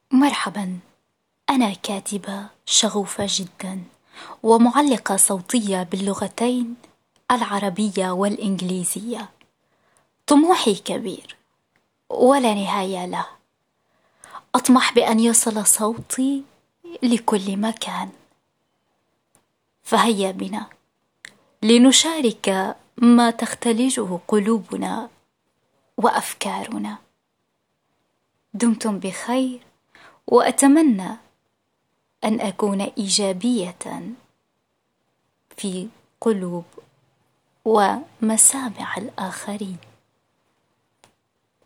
مرحبا، أنا كاتبة شغوفة جدا ومعلقة صوتية باللغتين العربية والإنجليزية. طموحي كبير ولا نهاية له. أطمح بأن يصل صوتي لكل مكان، فهيا بنا لنشارك ما تختلجه قلوبنا وأفكارنا. دمتم بخير، وأتمنى أن أكون إيجابية في قلوب ومسامع الآخرين.